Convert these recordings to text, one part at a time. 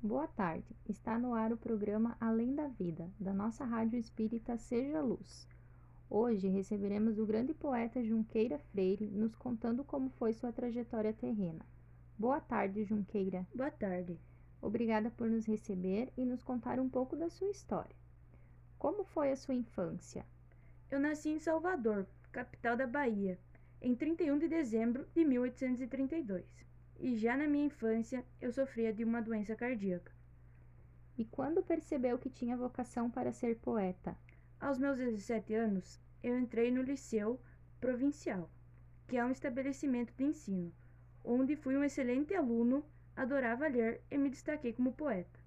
Boa tarde, está no ar o programa Além da Vida, da nossa rádio espírita Seja Luz. Hoje receberemos o grande poeta Junqueira Freire nos contando como foi sua trajetória terrena. Boa tarde, Junqueira. Boa tarde. Obrigada por nos receber e nos contar um pouco da sua história. Como foi a sua infância? Eu nasci em Salvador, capital da Bahia, em 31 de dezembro de 1832. E já na minha infância eu sofria de uma doença cardíaca. E quando percebeu que tinha vocação para ser poeta? Aos meus 17 anos, eu entrei no Liceu Provincial, que é um estabelecimento de ensino, onde fui um excelente aluno, adorava ler e me destaquei como poeta.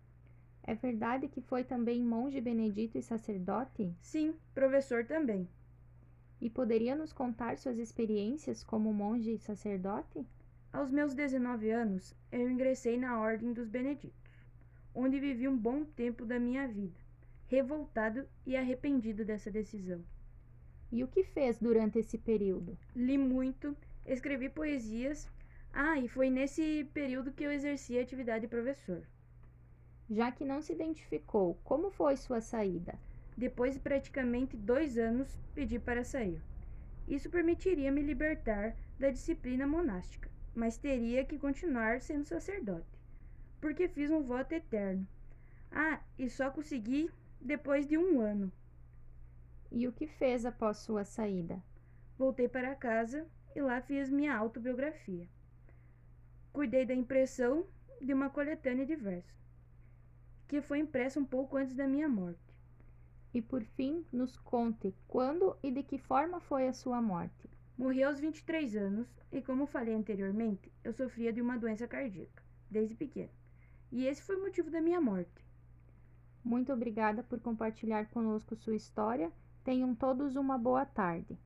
É verdade que foi também monge benedito e sacerdote? Sim, professor também. E poderia nos contar suas experiências como monge e sacerdote? Aos meus 19 anos, eu ingressei na Ordem dos Beneditos, onde vivi um bom tempo da minha vida, revoltado e arrependido dessa decisão. E o que fez durante esse período? Li muito, escrevi poesias. E foi nesse período que eu exerci a atividade de professor. Já que não se identificou, como foi sua saída? Depois de praticamente 2 anos, pedi para sair. Isso permitiria me libertar da disciplina monástica, mas teria que continuar sendo sacerdote, porque fiz um voto eterno. E só consegui depois de 1 ano. E o que fez após sua saída? Voltei para casa e lá fiz minha autobiografia. Cuidei da impressão de uma coletânea de versos, que foi impressa um pouco antes da minha morte. E por fim, nos conte quando e de que forma foi a sua morte. Morri aos 23 anos e, como falei anteriormente, eu sofria de uma doença cardíaca, desde pequeno. E esse foi o motivo da minha morte. Muito obrigada por compartilhar conosco sua história. Tenham todos uma boa tarde.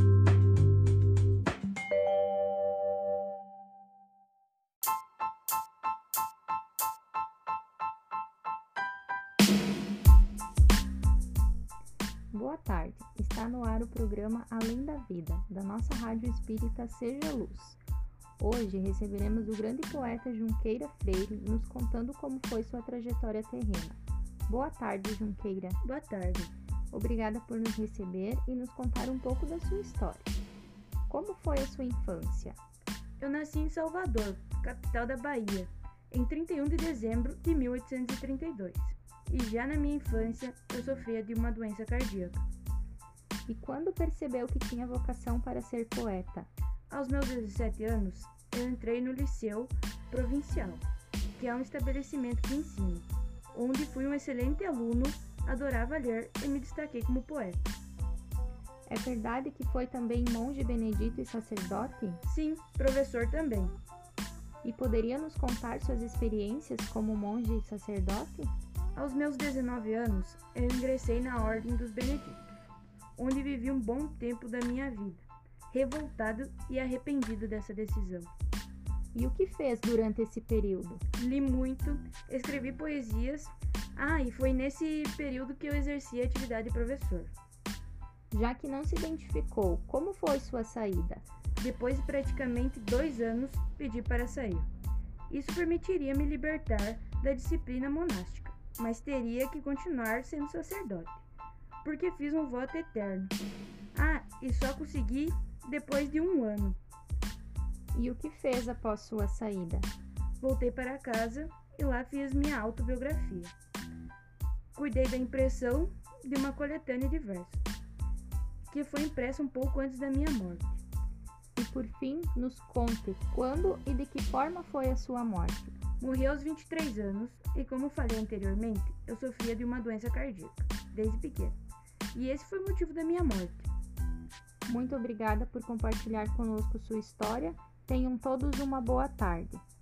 Boa tarde, está no ar o programa Além da Vida, da nossa rádio espírita Seja Luz. Hoje receberemos o grande poeta Junqueira Freire nos contando como foi sua trajetória terrena. Boa tarde, Junqueira. Boa tarde. Obrigada por nos receber e nos contar um pouco da sua história. Como foi a sua infância? Eu nasci em Salvador, capital da Bahia, em 31 de dezembro de 1832. E já na minha infância eu sofria de uma doença cardíaca. E quando percebeu que tinha vocação para ser poeta? Aos meus 17 anos, eu entrei no Liceu Provincial, que é um estabelecimento de ensino, onde fui um excelente aluno, adorava ler e me destaquei como poeta. É verdade que foi também monge benedito e sacerdote? Sim, professor também. E poderia nos contar suas experiências como monge e sacerdote? Aos meus 19 anos, eu ingressei na Ordem dos Beneditos, onde vivi um bom tempo da minha vida, revoltado e arrependido dessa decisão. E o que fez durante esse período? Li muito, escrevi poesias. E foi nesse período que eu exerci a atividade de professor. Já que não se identificou, como foi sua saída? Depois de praticamente 2 anos, pedi para sair. Isso permitiria me libertar da disciplina monástica, mas teria que continuar sendo sacerdote, porque fiz um voto eterno. E só consegui depois de 1 ano. E o que fez após sua saída? Voltei para casa e lá fiz minha autobiografia. Cuidei da impressão de uma coletânea de versos, que foi impressa um pouco antes da minha morte. E por fim, nos conte quando e de que forma foi a sua morte. Morri aos 23 anos e, como falei anteriormente, eu sofria de uma doença cardíaca, desde pequeno. E esse foi o motivo da minha morte. Muito obrigada por compartilhar conosco sua história. Tenham todos uma boa tarde.